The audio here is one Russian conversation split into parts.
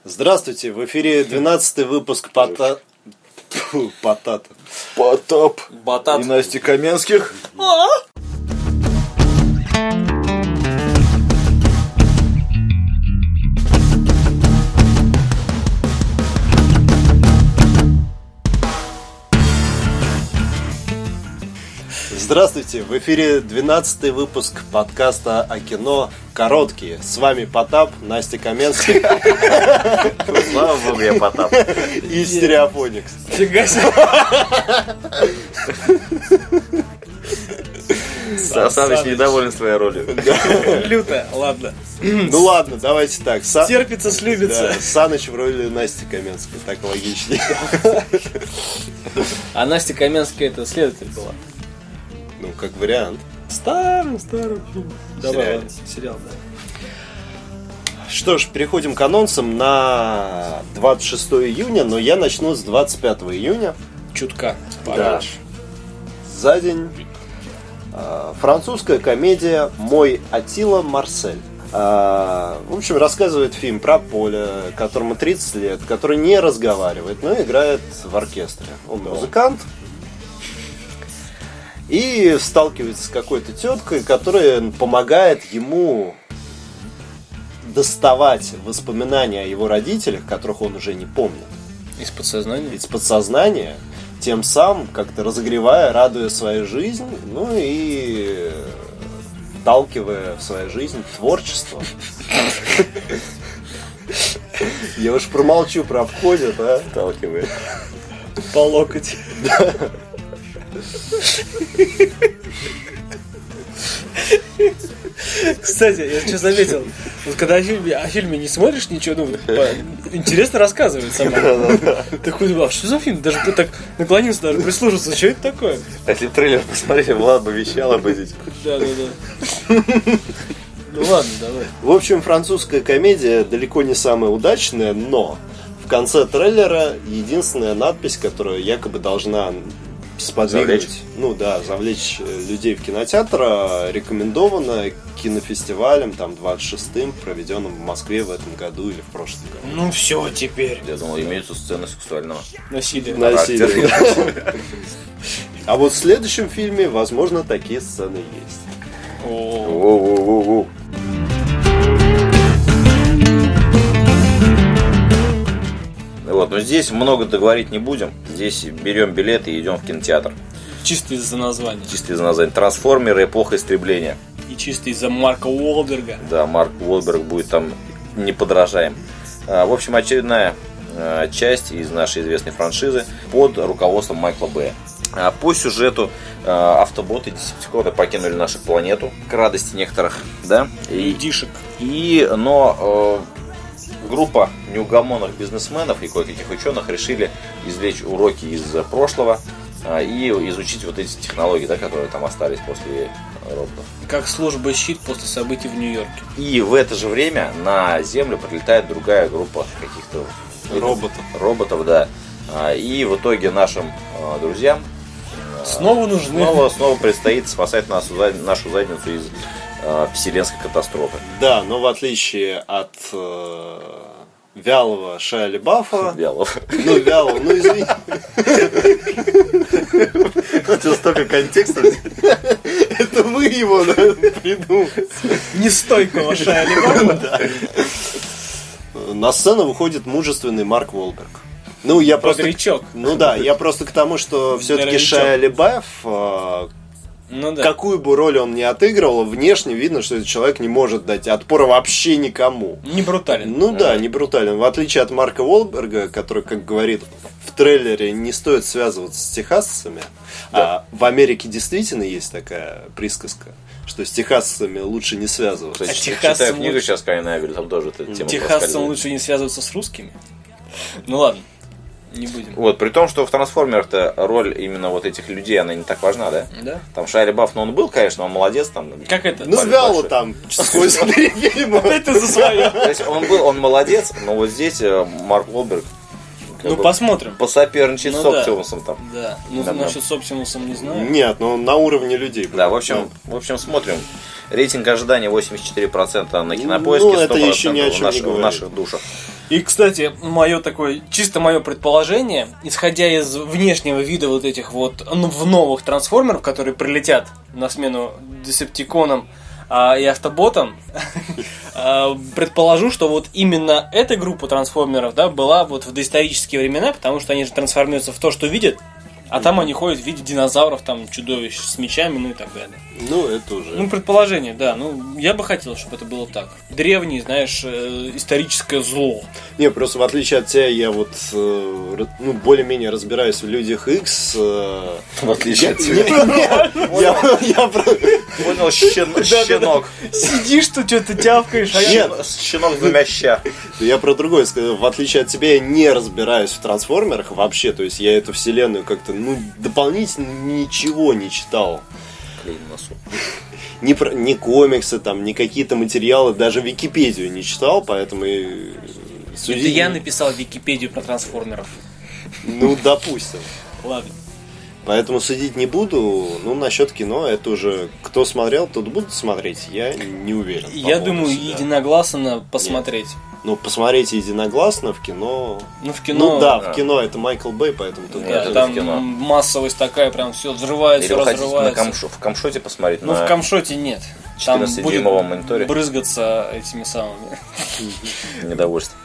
Здравствуйте, в эфире 12-й выпуск Потап И Насти Каменских. Здравствуйте, в эфире 12-й выпуск подкаста о кино «Короткие». С вами Потап, Настя Каменских. Слава богу, я Потап. И Стереофоникс. Фига себе. Саныч недоволен своей ролью. Люто, ладно. Ну ладно, давайте так. Терпится, слюбится. Да, Саныч в роли Насти Каменской, так логичнее. А Настя Каменская это следователь была. Ну, как вариант. Старый фильм. Давай, ладно, сериал, да. Что ж, переходим к анонсам на 26 июня, но я начну с 25 июня. Чутка. Да. За день. Французская комедия «Мой Аттила Марсель». В общем, рассказывает фильм про Поля, которому 30 лет, который не разговаривает, но играет в оркестре. Он музыкант. И сталкивается с какой-то теткой, которая помогает ему доставать воспоминания о его родителях, которых он уже не помнит. Из подсознания? Из подсознания, тем самым как-то разогревая, радуя свою жизнь, ну и вталкивая в свою жизнь творчество. Я уж промолчу про входит, а? Вталкивая. По локоть. Кстати, я что заметил, вот когда о фильме не смотришь ничего, интересно рассказывает сама. Такой думал, что за фильм? Даже так наклонился, даже прислушался, что это такое? А если трейлер посмотрели, Влад бы вещал об этих. Да. Ну ладно, давай. В общем, французская комедия далеко не самая удачная, но в конце трейлера единственная надпись, которая якобы должна сподвигнуть, завлечь людей в кинотеатр, рекомендована кинофестивалем, там, 26-м, проведенным в Москве в этом году или в прошлом году. Ну все теперь. Я думал, имеются сцены сексуального Насилие. А вот в следующем фильме, возможно, такие сцены есть. Вот, но здесь много-то говорить не будем. Здесь берем билеты и идем в кинотеатр. Чисто из-за названия. Трансформеры, эпоха истребления. И чисто из-за Марка Уолберга. Да, Марк Уолберг будет там неподражаем. В общем, очередная часть из нашей известной франшизы под руководством Майкла Бэя. По сюжету автоботы и десептиконы покинули нашу планету к радости некоторых, да? Людишек. Но группа неугомонных бизнесменов и кое-каких ученых решили извлечь уроки из прошлого и изучить вот эти технологии, да, которые там остались после роботов. Как служба «Щит» после событий в Нью-Йорке. И в это же время на Землю прилетает другая группа каких-то роботов, да. И в итоге нашим друзьям снова предстоит спасать нашу задницу из вселенской катастрофы. Да, но в отличие от вялого Шайа Лабафа. Вялого, извини. Хотел столько контекста. Это вы его придумали. Нестойкого Шайа Лабафа. На сцену выходит мужественный Марк Уолберг. Я просто к тому, что все-таки Шайа Лабаф, какую бы роль он ни отыгрывал, внешне видно, что этот человек не может дать отпора вообще никому. Не брутален. Не брутален. В отличие от Марка Уолберга, который, как говорит в трейлере, не стоит связываться с техасцами. Да. А в Америке действительно есть такая присказка, что с техасцами лучше не связываться. Читаю книгу сейчас Каина Авель, там тоже эта тема. Техасцам лучше не связываться с русскими? Ну ладно. Не будем. Вот, при том, что в «Трансформерах»-то роль именно вот этих людей, она не так важна, да? Да. Там Шайа Лабаф, он был, конечно, он молодец там. Как это? Вяло там, сквозь фильма. Это за свое. То есть он молодец, но вот здесь Марк Уолберг посмотрим. Посоперничает с Оптимусом там. Да. Насчет с Оптимусом не знаю. Нет, на уровне людей. Да, в общем, смотрим. Рейтинг ожидания 84% на Кинопоиске, 100% в наших душах. И, кстати, чисто мое предположение, исходя из внешнего вида вот этих вот в новых трансформеров, которые прилетят на смену Десептиконам и Автоботам, предположу, что вот именно эта группа трансформеров, да, была вот в доисторические времена, потому что они же трансформируются в то, что видят. А там они ходят в виде динозавров, там, чудовищ с мечами, ну и так далее. Ну, это уже... Ну, предположение, да. Ну, я бы хотел, чтобы это было так. Древнее, знаешь, историческое зло. Не, просто в отличие от тебя, я вот, более-менее разбираюсь в Людях Икс. В отличие от тебя. Я понял, щенок. Сидишь тут, что-то тявкаешь, а я... Щенок двумя ща. Я про другое сказал. В отличие от тебя, я не разбираюсь в трансформерах вообще. То есть я эту вселенную как-то, дополнительно ничего не читал. Клей на носу. Ни комиксы, там, ни какие-то материалы, даже Википедию не читал, поэтому Это я написал Википедию про трансформеров. Ну, допустим. Ладно. Поэтому судить не буду. Ну, насчет кино, это уже кто смотрел, тот будет смотреть. Я не уверен. Я думаю, единогласно посмотреть. Нет. Ну, посмотрите единогласно в кино. Ну, в кино. Ну, да, в кино это Майкл Бэй, поэтому тут там массовость такая, прям все взрывается, разрывается. В камшоте посмотреть. Ну, в камшоте нет. Там будет мониторе. Брызгаться этими самыми. Недовольство.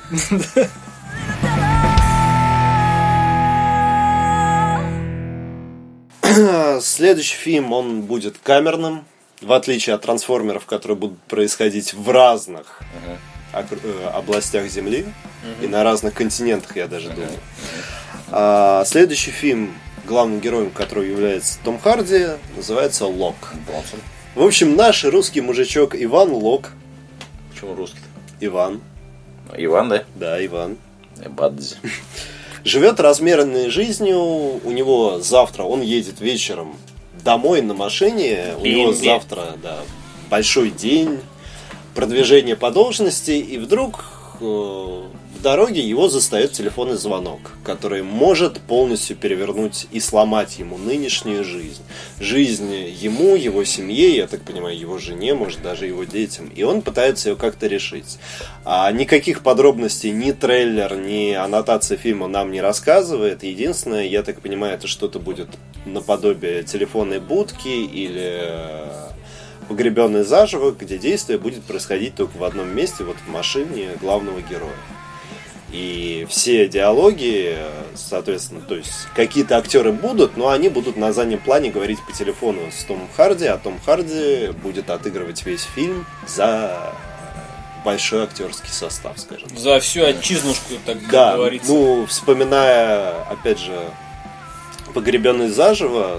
Следующий фильм, он будет камерным, в отличие от трансформеров, которые будут происходить в разных областях Земли и на разных континентах, я даже думаю. Следующий фильм, главным героем которого является Том Харди, называется «Лок». В общем, наш русский мужичок Иван Лок. Почему русский-то? Иван. Иван, да? Да, Иван. Бадзи. Живет размеренной жизнью. У него завтра, он едет вечером домой на машине. У него завтра, большой день, продвижение по должности. И вдруг в дороге его застает телефонный звонок, который может полностью перевернуть и сломать ему нынешнюю жизнь. Жизнь ему, его семье, я так понимаю, его жене, может даже его детям. И он пытается ее как-то решить. А никаких подробностей ни трейлер, ни аннотация фильма нам не рассказывает. Единственное, я так понимаю, это что-то будет наподобие телефонной будки или погребенный заживо, где действие будет происходить только в одном месте, вот в машине главного героя. И все диалоги, соответственно, то есть какие-то актеры будут, но они будут на заднем плане говорить по телефону с Томом Харди, а Том Харди будет отыгрывать весь фильм за большой актерский состав, скажем. За всю отчизнушку, так говорится. Ну, вспоминая, опять же, «Погребенный заживо»,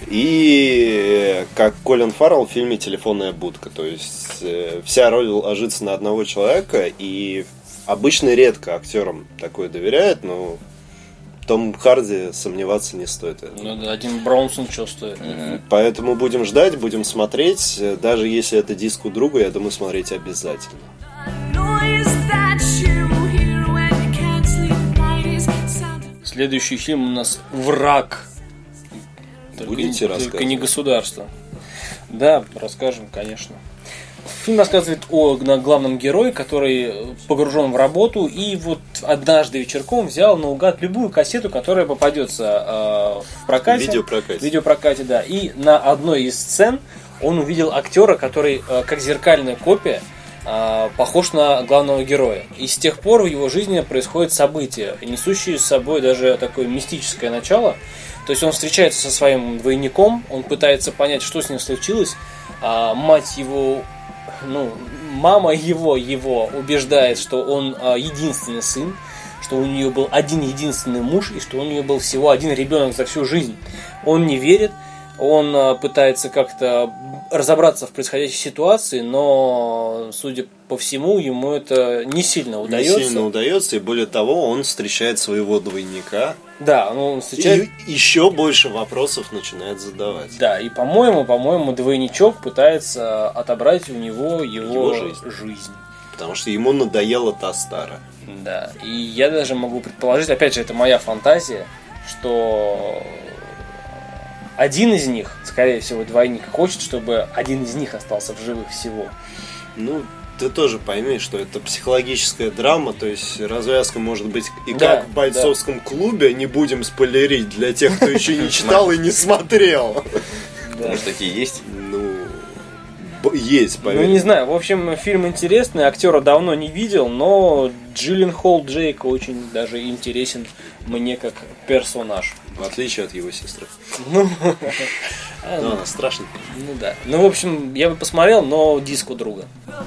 и как Колин Фаррелл в фильме «Телефонная будка». То есть вся роль ложится на одного человека, и обычно редко актерам такое доверяют, но Том Харди сомневаться не стоит. Ну да, один Бронсон что стоит. Поэтому будем ждать, будем смотреть. Даже если это диск у друга, я думаю, смотреть обязательно. Следующий фильм у нас «Враг». Только не государство. Да, расскажем, конечно. Фильм рассказывает о главном герое, который погружен в работу и вот однажды вечерком взял наугад любую кассету, которая попадется в прокате. Видеопрокате, да. И на одной из сцен он увидел актера, который как зеркальная копия похож на главного героя. И с тех пор в его жизни происходят события, несущие с собой даже такое мистическое начало. То есть он встречается со своим двойником, он пытается понять, что с ним случилось. Мать его, мама его убеждает, что он единственный сын, что у нее был один единственный муж и что у нее был всего один ребенок за всю жизнь. Он не верит, он пытается как-то разобраться в происходящей ситуации, но, судя по всему, ему это не сильно удается. Не сильно удается, и более того, он встречает своего двойника. Да, он встречает... И еще больше вопросов начинает задавать. Да, и, по-моему, двойничок пытается отобрать у него его жизнь. Потому что ему надоела та старая. Да, и я даже могу предположить, опять же, это моя фантазия, что один из них, скорее всего, двойник, хочет, чтобы один из них остался в живых всего. Ну, ты тоже пойми, что это психологическая драма, то есть развязка может быть и как в бойцовском клубе, не будем спойлерить для тех, кто еще не читал и не смотрел. Может, такие есть? Есть, поверь. Ну, не знаю. В общем, фильм интересный. Актера давно не видел, но Джилленхол Джейк очень даже интересен мне как персонаж. В отличие от его сестры. Ну, она страшная. Ну да. Ну, в общем, я бы посмотрел, но диск у друга.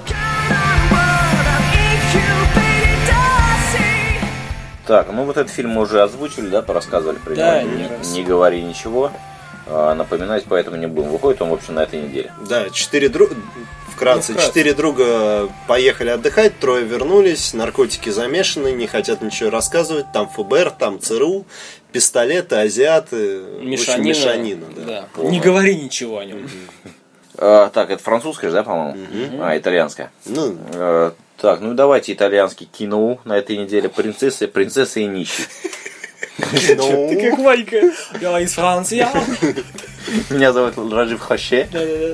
Так, ну вот этот фильм мы уже озвучили, да, порассказывали про него. Не говори ничего. Напоминать поэтому не будем. Выходит он, в общем, на этой неделе. Да, 4 друга. Вкратце, 4 друга поехали отдыхать, 3 вернулись, наркотики замешаны, не хотят ничего рассказывать. Там ФБР, там ЦРУ, пистолеты, азиаты. Мешанина. Да. Не говори ничего о нем. Так, это французская, да, по-моему? Итальянская. Так, ну давайте итальянский кино на этой неделе. Принцесса и нищий. Ты как Ванька. Я из Франции. Меня зовут Раджив Хаше.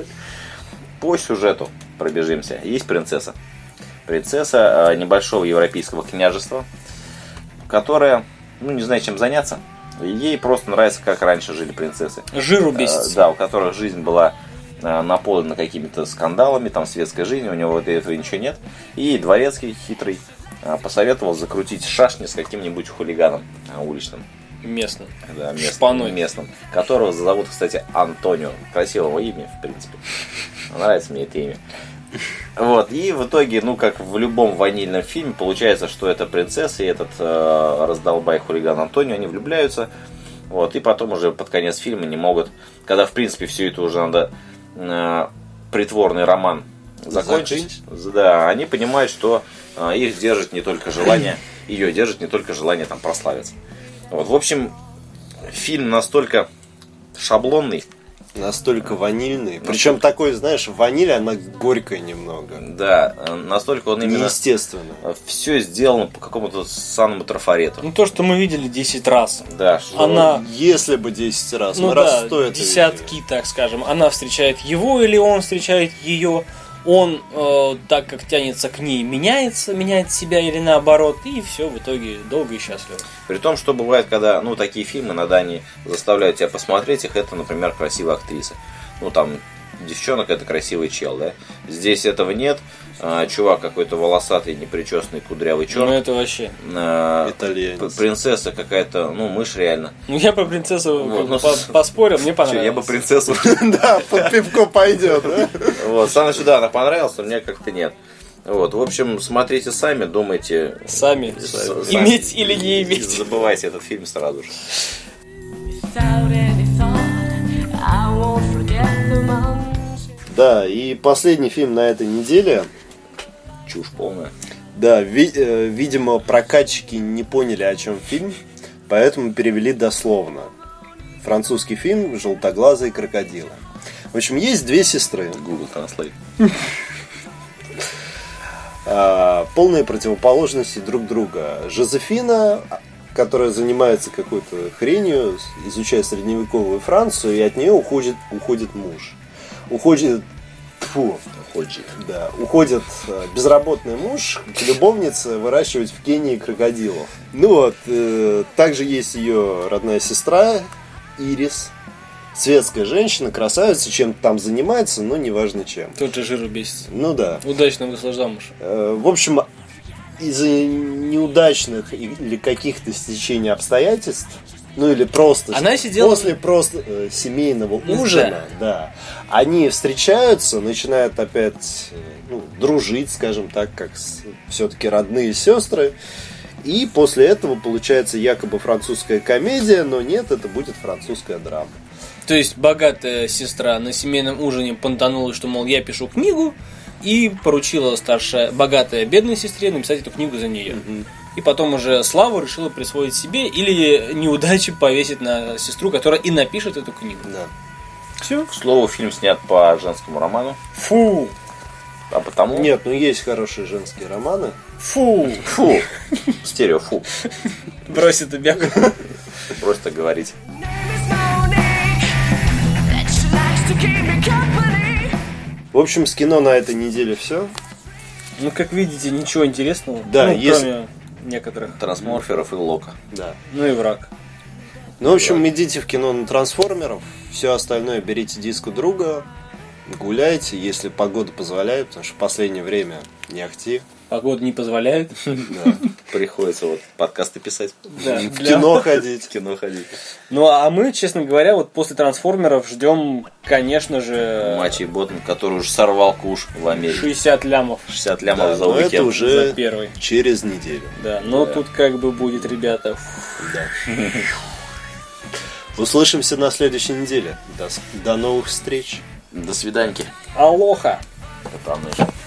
По сюжету пробежимся. Есть принцесса. Принцесса небольшого европейского княжества, которая, не знает, чем заняться. Ей просто нравится, как раньше жили принцессы. Жиру бесится. Да, у которых жизнь была наполнена какими-то скандалами, там светской жизнью, у него вот этого ничего нет. И дворецкий хитрый посоветовал закрутить шашни с каким-нибудь хулиганом уличным. Местным. Да, местным. Которого зовут, кстати, Антонио. Красивого имя, в принципе. Нравится мне это имя. Вот, и в итоге, как в любом ванильном фильме, получается, что эта принцесса и этот раздолбай хулиган Антонио, они влюбляются. Вот, и потом уже под конец фильма не могут, когда, в принципе, все это уже надо притворный роман закончить. Да, они понимают, что их держит не только желание, ее держит не только желание там прославиться. Вот, в общем, фильм настолько шаблонный, настолько ванильный. Причем такой, знаешь, ваниль, она горькая немного. Да, настолько он именно... Неестественно. Все сделано по какому-то санному трафарету. То, что мы видели 10 раз. Да, что... Она... Если бы 10 раз, мы раз 100 это десятки, видели. Так скажем. Она встречает его или он встречает ее. Он, так как тянется к ней, меняет себя или наоборот, и все в итоге долго и счастливо. При том, что бывает, когда такие фильмы иногда они заставляют тебя посмотреть их, это, например, красивая актриса. Там девчонок это красивый чел, да? Здесь этого нет. Чувак какой-то волосатый, непричесанный, кудрявый черт. Это вообще итальянец. Принцесса какая-то, мышь реально. Я по принцессу поспорил, мне понравилось. Я бы принцессу. Да, под пивко пойдет, да? Вот, самое сюда она понравилась, но мне как-то нет. Вот, в общем, смотрите сами, думайте. Сами. Иметь или не иметь. Забывайте этот фильм сразу же. Да, и последний фильм на этой неделе. Чушь полная. Да, видимо, прокатчики не поняли, о чем фильм, поэтому перевели дословно. Французский фильм «Желтоглазые крокодилы». В общем, есть 2 сестры. Google Translate. Полные противоположности друг друга. Жозефина, которая занимается какой-то хренью, изучает средневековую Францию, и от нее уходит муж. Уходит безработный муж к любовнице выращивать в Кении крокодилов. Также есть ее родная сестра Ирис, светская женщина, красавица, чем-то там занимается, но неважно чем. Тот же жиру бесится. Да. Удачно вышла замуж. В общем, из-за неудачных или каких-то стечений обстоятельств, или просто она сидела... после семейного ужина, да, они встречаются, начинают опять дружить, скажем так, как все-таки родные сестры. И после этого получается якобы французская комедия, но нет, это будет французская драма. То есть богатая сестра на семейном ужине понтанула, что, мол, я пишу книгу, и поручила старшая, богатая бедной сестре написать эту книгу за нее. И потом уже славу решила присвоить себе или неудачи повесить на сестру, которая и напишет эту книгу. Да. Все. К слову, фильм снят по женскому роману. Фу! А потому... Нет, есть хорошие женские романы. Фу! Стерео, фу. Брось это бяку. Брось так говорить. В общем, с кино на этой неделе все. Ну, как видите, ничего интересного. Да, кроме некоторых. Трансморферов и Лока. Да. Ну и враг. Ну, в общем, идите в кино на трансформеров. Все остальное берите диск у друга. Гуляйте, если погода позволяет, потому что в последнее время не ахти. Погода не позволяет. Приходится вот подкасты писать. В кино ходить. Ну, а мы, честно говоря, вот после трансформеров ждем, конечно же... Мачи Боттон, который уже сорвал куш в Америке. 60 лямов. 60 лямов за уикенд. Это уже за первый. Через неделю. Да, но тут как бы будет, ребята. Да. Услышимся на следующей неделе. До новых встреч. До свиданьки. Алоха. Это